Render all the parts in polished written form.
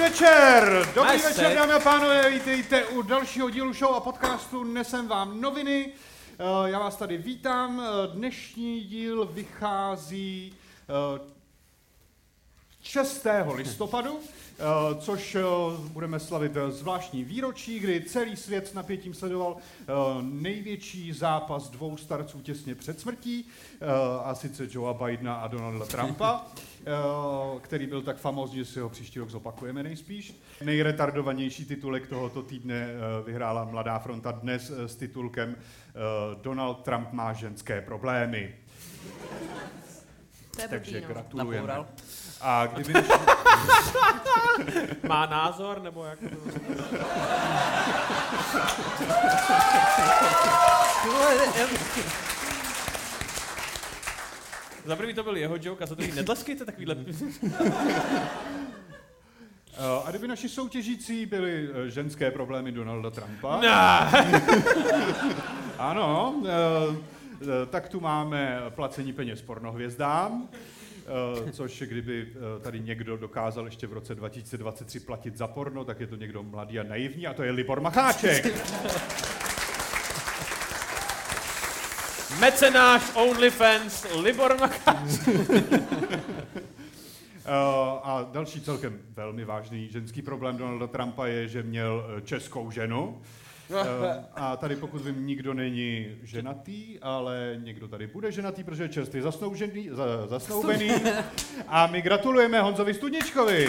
večer! Dobrý večer, dámy a pánové, vítejte u dalšího dílu show a podcastu Nesem vám noviny. Já vás tady vítám. Dnešní díl vychází 6. listopadu, což budeme slavit zvláštní výročí, kdy celý svět s napětím sledoval největší zápas dvou starců těsně před smrtí, a sice Joea Bidena a Donalda Trumpa, který byl tak famózní, že si ho příští rok zopakujeme nejspíš. Nejretardovanější titulek tohoto týdne vyhrála Mladá fronta dnes s titulkem Donald Trump má ženské problémy. Takže gratulujeme. A kdyby má názor, nebo jak to? Za první to byl jeho joke a za druhý netleskejte takovýhle. A kdyby naši soutěžící byli ženské problémy Donalda Trumpa? Ano, tak tu máme placení peněz pornohvězdám, což kdyby tady někdo dokázal ještě v roce 2023 platit za porno, tak je to někdo mladý a naivní, a to je Libor Macháček. Mecenáš OnlyFans Libor Macháček. A další celkem velmi vážný ženský problém Donalda Trumpa je, že měl českou ženu. A tady pokud vím, nikdo není ženatý, ale někdo tady bude ženatý, protože je čerstvě zasnoubený. A my gratulujeme Honzovi Studničkovi.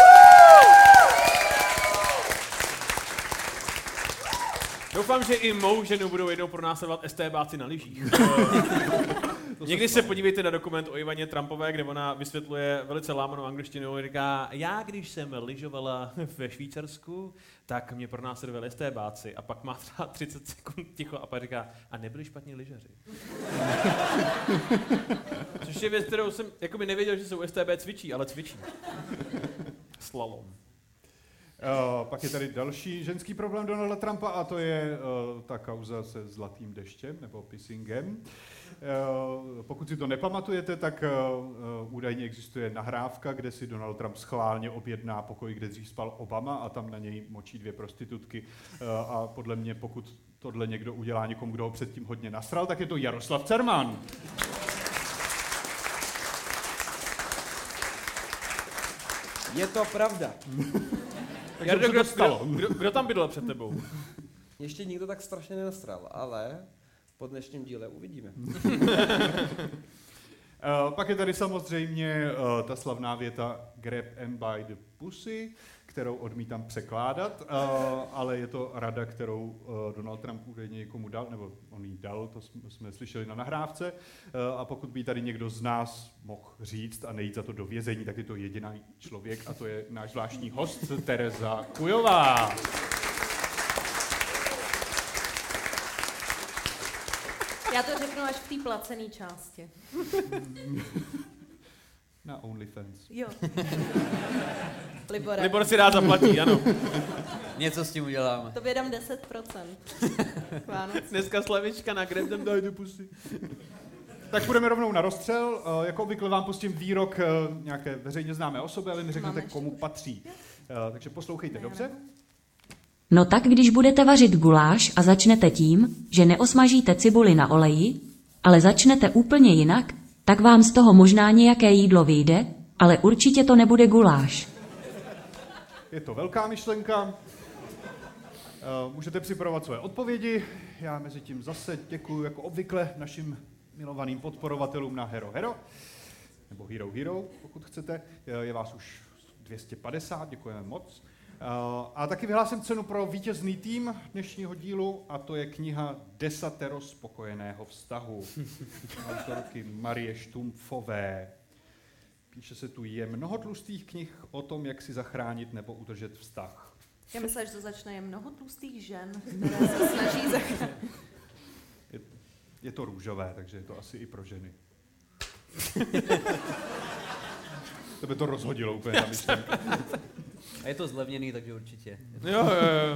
Doufám, že i mou ženu budou jednou pronásledovat estébáci na lyžích. Někdy se podívejte na dokument o Ivaně Trumpové, kde ona vysvětluje velice lámanou angličtinu. Říká, já když jsem lyžovala ve Švýcarsku, tak mě pronásledovali estébáci. A pak má třeba 30 sekund ticho a pak říká, a nebyli špatní lyžaři. Což je věc, kterou jsem jakoby nevěděl, že se u STB cvičí, ale cvičí. Slalom. Pak je tady další ženský problém Donalda Trumpa, a to je ta kauza se zlatým deštěm nebo pissingem. Pokud si to nepamatujete, tak údajně existuje nahrávka, kde si Donald Trump schválně objedná pokoj, kde dřív spal Obama, a tam na něj močí 2 prostitutky. A podle mě, pokud tohle někdo udělá někomu, kdo ho předtím hodně nasral, tak je to Jaroslav Cerman. Je to pravda. Jardo, kdo tam bydlel před tebou? Ještě nikdo tak strašně nenastral, ale po dnešním díle uvidíme. Pak je tady samozřejmě ta slavná věta Grab em by the pussy, kterou odmítám překládat, ale je to rada, kterou Donald Trump údajně někomu dal, nebo on jí dal, to jsme slyšeli na nahrávce, a pokud by tady někdo z nás mohl říct a nejít za to do vězení, tak je to jediný člověk, a to je náš zvláštní host Tereza Kujová. Já to řeknu až v té placené části. Na OnlyFans. Jo. Libor si rád zaplatí, ano. Něco s tím uděláme. Tobě dám 10%. Vánoc. Dneska slavička na Grab them by the pussy. Tak půjdeme rovnou na rozstřel. Jako obvykle vám pustím výrok nějaké veřejně známé osoby, a vy mi řeknete, komu patří. Takže poslouchejte dobře. No tak když budete vařit guláš a začnete tím, že neosmažíte cibuli na oleji, ale začnete úplně jinak, tak vám z toho možná nějaké jídlo vyjde, ale určitě to nebude guláš. Je to velká myšlenka. Můžete připravovat své odpovědi. Já mezi tím zase děkuji jako obvykle našim milovaným podporovatelům na Hero Hero, nebo Hero Hero, pokud chcete. Je vás už 250, děkujeme moc. A taky vyhlásím cenu pro vítězný tým dnešního dílu, a to je kniha Desatero spokojeného vztahu autorky Marie Štumpfové. Píše se tu, je mnoho tlustých knih o tom, jak si zachránit nebo udržet vztah. Já myslím, že to začne, je mnoho tlustých žen, které se snaží zachránit. Je to růžové, takže je to asi i pro ženy. To by to rozhodilo úplně na myšlenku. A je to zlevněný, takže určitě. Jo.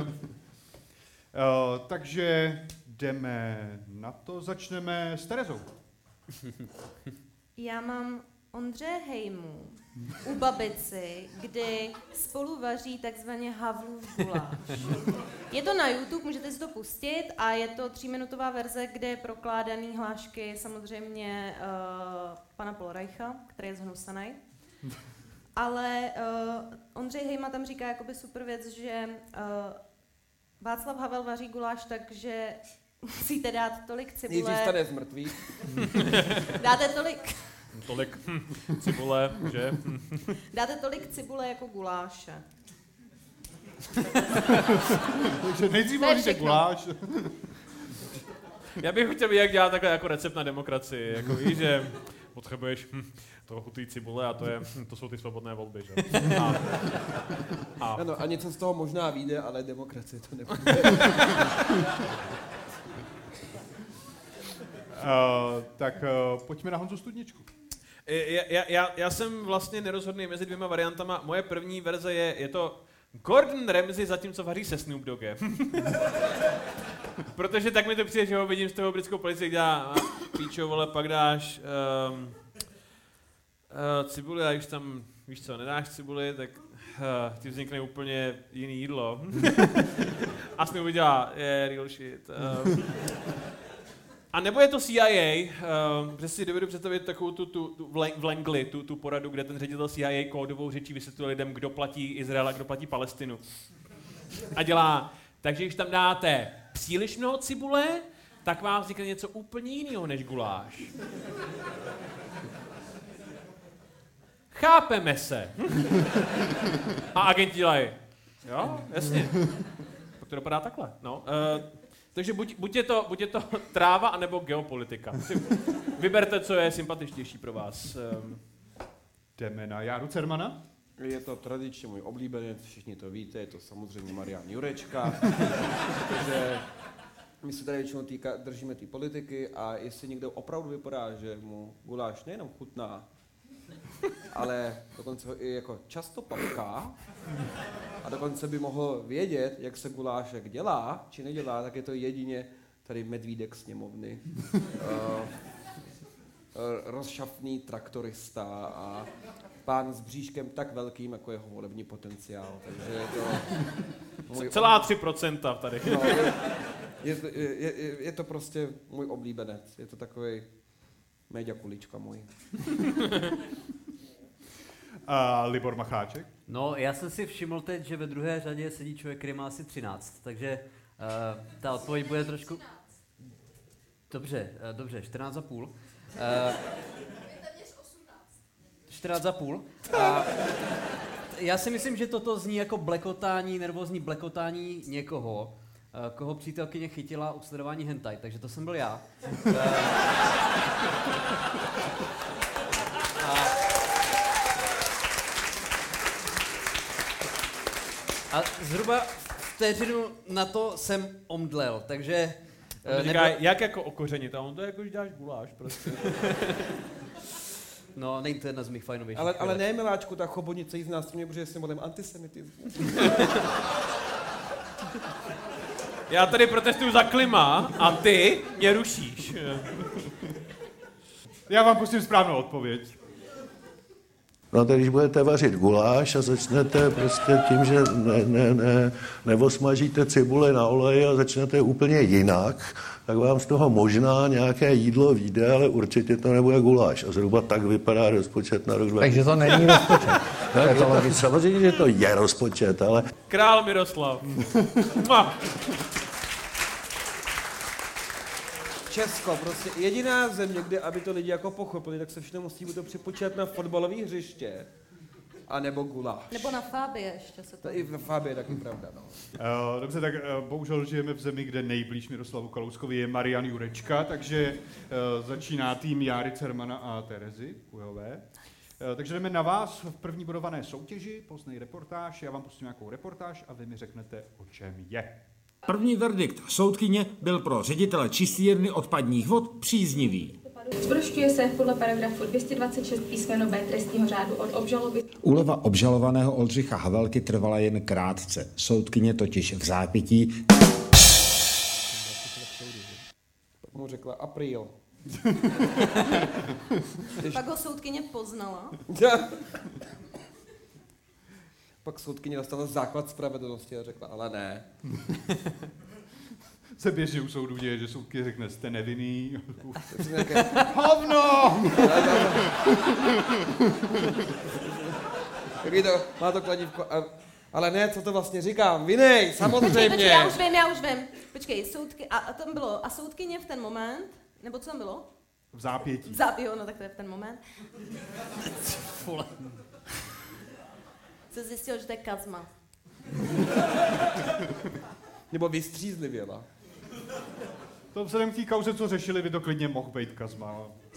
Takže jdeme na to, začneme s Terezou. Já mám Ondřeje Hejmu u babici, kdy spolu vaří takzvaně Havlův guláš. Je to na YouTube, můžete si to pustit a je to 3minutová verze, kde je prokládaný hlášky samozřejmě pana Polreicha, který je zhnusaný. Ale Ondřej Hejma tam říká jakoby super věc, že Václav Havel vaří guláš tak, že musíte dát tolik cibule. Nejdřív stane z mrtvých. Dáte tolik cibule, že? Dáte tolik cibule jako guláše. Takže nejdřív vaříte guláš. Já bych chtěl vidět, jak dělat takhle jako recept na demokracii. Jako víš, že potřebuješ trochu té cibule a to jsou ty svobodné volby, že? Ano, a něco z toho možná vyjde, ale demokracie to nebude. Pojďme na Honzu Studničku. Já jsem vlastně nerozhodný mezi dvěma variantama. Moje první verze je to Gordon Ramsay zatímco vaří se Snoop Doggem. Protože tak mi to přijde, že ho vidím z toho britskou policie, dělá píčo, vole, pak dáš cibuli a když tam, víš co, nedáš cibuli, tak ti vznikne úplně jiný jídlo. A Snoop dělá, real shit. A nebo je to CIA, že si dovedu představit takovou v Langley, tu poradu, kde ten ředitel CIA kódovou řečí vysvětluje lidem, kdo platí Izrael a kdo platí Palestinu. A dělá, takže když tam dáte příliš mnoho cibule, tak vám vznikne něco úplně jiného než guláš. Chápeme se. A agenti dělají, jo, jasně. Tak to dopadá takhle, no. Takže buď je to tráva, anebo geopolitika. Vyberte, co je sympatičtější pro vás. Jdeme na Járu Cermana. Je to tradičně můj oblíbenec, všichni to víte, je to samozřejmě Marian Jurečka. Protože my se tady většinou držíme té politiky a jestli někdo opravdu vypadá, že mu guláš nejenom chutná, ale dokonce ho i jako často papká a dokonce by mohl vědět, jak se gulášek dělá, či nedělá, tak je to jedině tady medvídek sněmovny, rozšafný traktorista a pán s bříškem tak velkým, jako jeho volební potenciál, takže je to... Celá 3% tady. No, je to prostě můj oblíbenec, je to takový méďa kulička můj. A Libor Macháček? No, já jsem si všiml teď, že ve druhé řadě sedí člověk, který má asi 13, takže ta odpověď bude trošku... Dobře, 14,5. 14,5. Já si myslím, že toto zní jako blekotání, nervózní blekotání někoho, koho přítelkyně chytila u sledování hentai, takže to jsem byl já. A zhruba vteřinu na to jsem omdlel, takže... Říká, jak jako okořenit, a on to jako, že dáš guláš prostě. No, není to jedna z mých fajnovějších. Ale ne, miláčku, ta chobotnice jí z nás mě bude symbolem antisemitismu. Já tady protestuju za klima a ty mě rušíš. Já vám pustím správnou odpověď. No tak když budete vařit guláš a začnete prostě tím, že neosmažíte cibuli na oleji a začnete úplně jinak, tak vám z toho možná nějaké jídlo vyjde, ale určitě to nebude guláš. A zhruba tak vypadá rozpočet na rok 2020. Takže to není rozpočet. Samozřejmě, že to je rozpočet, ale... Král Miroslav. Česko, prostě jediná země, kde, aby to lidi jako pochopili, tak se všechno musí to připočítat na fotbalové hřiště. A nebo guláš. Nebo na Fábie ještě se to... I na Fábie je taky pravda, no. Dobře, tak bohužel žijeme v zemi, kde nejblíž Miroslavu Kalouskovi je Marian Jurečka, takže začíná tým Járy Cermana a Terezy Kujové. Takže jdeme na vás v první bodované soutěži, poznej reportáž, já vám pustím nějakou reportáž a vy mi řeknete, o čem je. První verdikt soudkyně byl pro ředitele čistírny odpadních vod příznivý. Zprošťuje se podle paragrafu 226 písmeno B trestního řádu od obžaloby. Úleva obžalovaného Oldřicha Havelky trvala jen krátce. Soudkyně totiž v zápětí Mu řekla apríl. Pak ho soudkyně poznala. Pak soudkyně dostala základ spravedlnosti a řekla, ale ne. Se běží u soudu děje, že soudky řekne, jste nevinný. Hovno! Má to kladívko. Ale ne, co to vlastně říkám? Vinej, samozřejmě. Počkej, já už vím. Počkej, a tam bylo, a soudkyně v ten moment, nebo co tam bylo? V zápětí. Jo, no tak to je v ten moment. Se zjistil, že to je Kazma. Nebo vystřízlivěla. To vzhledem k té kauze, co řešili, by to klidně mohl být Kazma.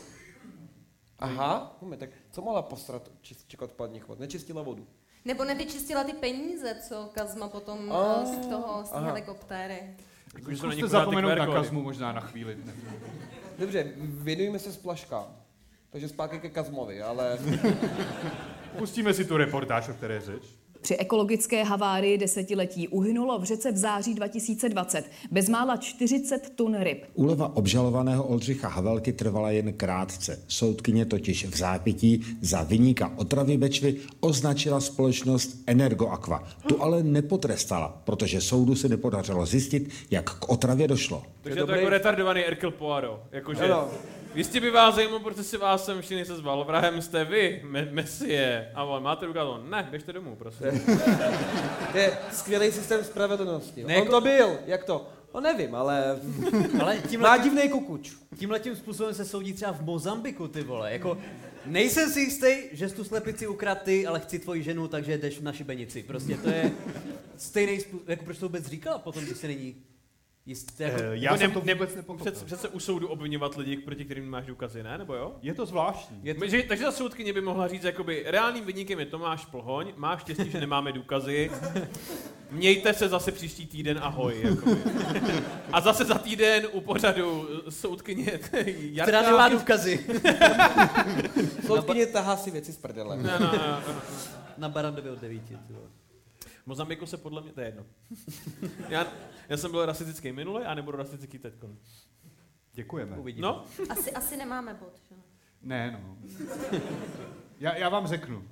Aha, tak co mohla postrat čističek odpadních vod? Nečistila vodu. Nebo nevyčistila ty peníze, co Kazma potom z té helikoptéry. Zkuste zapomenout na Kazmu možná na chvíli. Dobře, věnujeme se splaškám. Takže zpátky ke Kazmovi, ale... Pustíme si tu reportáž, o které řeč. Při ekologické havárii desetiletí uhynulo v řece v září 2020 bezmála 40 tun ryb. Úleva obžalovaného Oldřicha Havelky trvala jen krátce. Soudkyně totiž v zápětí za viníka otravy Bečvy označila společnost Energoaqua. Tu ale nepotrestala, protože soudu se nepodařilo zjistit, jak k otravě došlo. Takže to je jako retardovaný Hercule Poirot. Jakože... Jistě by vás zajímalo, protože si vás sem všichni se zval. Vrahem jste vy, Messie. A on, máte důkaz? Ne, běžte domů, prosím. To je skvělý systém spravedlnosti. Ne, on to byl, jak to? No nevím, ale má divnej kukuč. Tímhletím způsobem se soudí třeba v Mozambiku, ty vole. Jako, nejsem si jistý, že jsi tu slepici ukradl ty, ale chci tvoji ženu, takže jdeš na šibenici. Prostě to je stejný způsob, jako proč to vůbec říkala potom, když se není jistý. Jako, já jsem to vůbec nepochopil. Přece u soudu obviňovat lidi, proti kterým máš důkazy, ne? Nebo jo? Je to zvláštní. Takže ta soudkyně by mohla říct, jakoby reálným viníkem je Tomáš Plhoň, máš štěstí, že nemáme důkazy, mějte se zase příští týden, ahoj. Jakoby. A zase za týden u pořadu soudkyně Jarka... Která nemá důkazy. Soudkyně tahá si věci z prdele. Na Barandově od 9. V Mozambiku se podle mě, to je jedno. Já jsem byl rasistický minule a nebudu rasistický teďko. Děkujeme. Uvidíme. No? Asi nemáme bod, že? Ne, no. Já vám řeknu.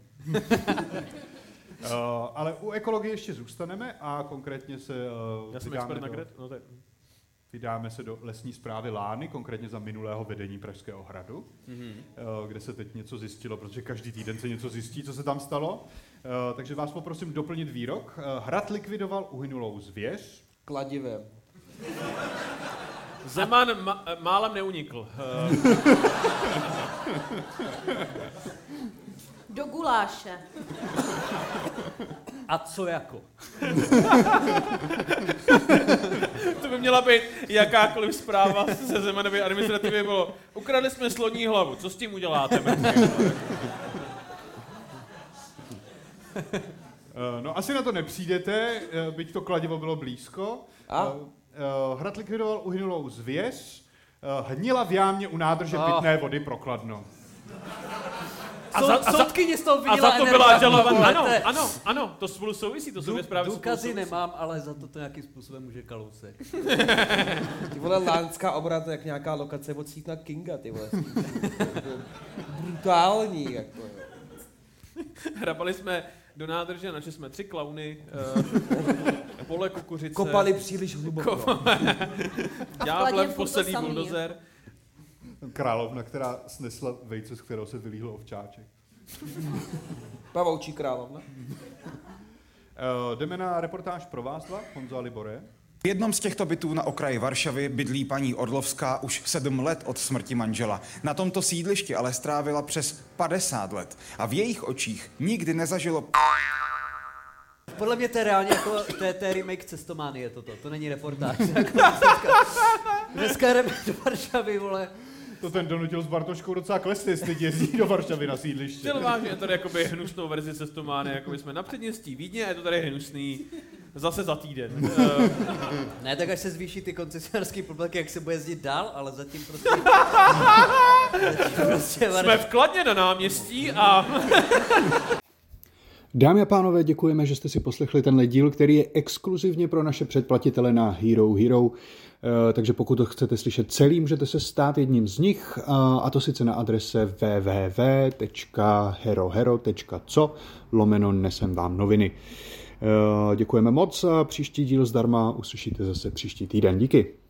Ale u ekologie ještě zůstaneme a konkrétně se vydáme se do lesní správy Lány, konkrétně za minulého vedení Pražského hradu, kde se teď něco zjistilo, protože každý týden se něco zjistí, co se tam stalo. Takže vás poprosím doplnit výrok. Hrad likvidoval uhynulou zvěř. Kladivem. Zeman málem neunikl. Do guláše. A co jako? To by měla být jakákoliv zpráva ze Zemanovy administrativy bylo. Ukradli jsme sloní hlavu, co s tím uděláte? No asi na to nepřijdete, byť to kladivo bylo blízko. Hrad likvidoval uhynulou zvěř, hnila v jámě u nádrže pitné vody pro Kladno. Soudkyně z toho vinila Energoaqua. A za to byla žalovaná. Ano, to spolu souvisí, to jsou dvě zprávy. Důkazy nemám, ale za to nějakým způsobem může Kalousek. Ty vole, lánská obrat jak nějaká lokace od Stephena Kinga, ty vole. Brutální, jako. Hrabali jsme do nádrže, našli jsme 3 klauny, pole kukuřice. Kopali příliš hluboko. Ďáblem posedlý buldozer. Královna, která snesla vejce, z kterého se vylíhl ovčáček. Pavoučí královna. Jdeme na reportáž pro vás dva, Honzo a Libore. V jednom z těchto bytů na okraji Varšavy bydlí paní Orlovská už 7 let od smrti manžela. Na tomto sídlišti ale strávila přes 50 let a v jejich očích nikdy nezažilo Podle mě to je reálně jako, to je remake Cestománie toto, to není reportáž. Dneska jdeme do Varšavy, vole. To ten donutil s Bartoškou docela klesli, jestli jezdí do Varšavy na sídliště. Chtěl vážně, je tady jakoby hnusnou verzi Cestománie, jakoby jsme na předměstí Vídně a je to tady hnusný zase za týden. Ne, tak až se zvýší ty koncesionářské poplatky, jak se bude jezdit dál, ale zatím prostě... Jsme v Kladně na náměstí a... Dámy a pánové, děkujeme, že jste si poslechli tenhle díl, který je exkluzivně pro naše předplatitele na Hero Hero. Takže pokud to chcete slyšet celý, můžete se stát jedním z nich, a to sice na adrese www.herohero.co/nesem vám noviny. Děkujeme moc a příští díl zdarma uslyšíte zase příští týden. Díky.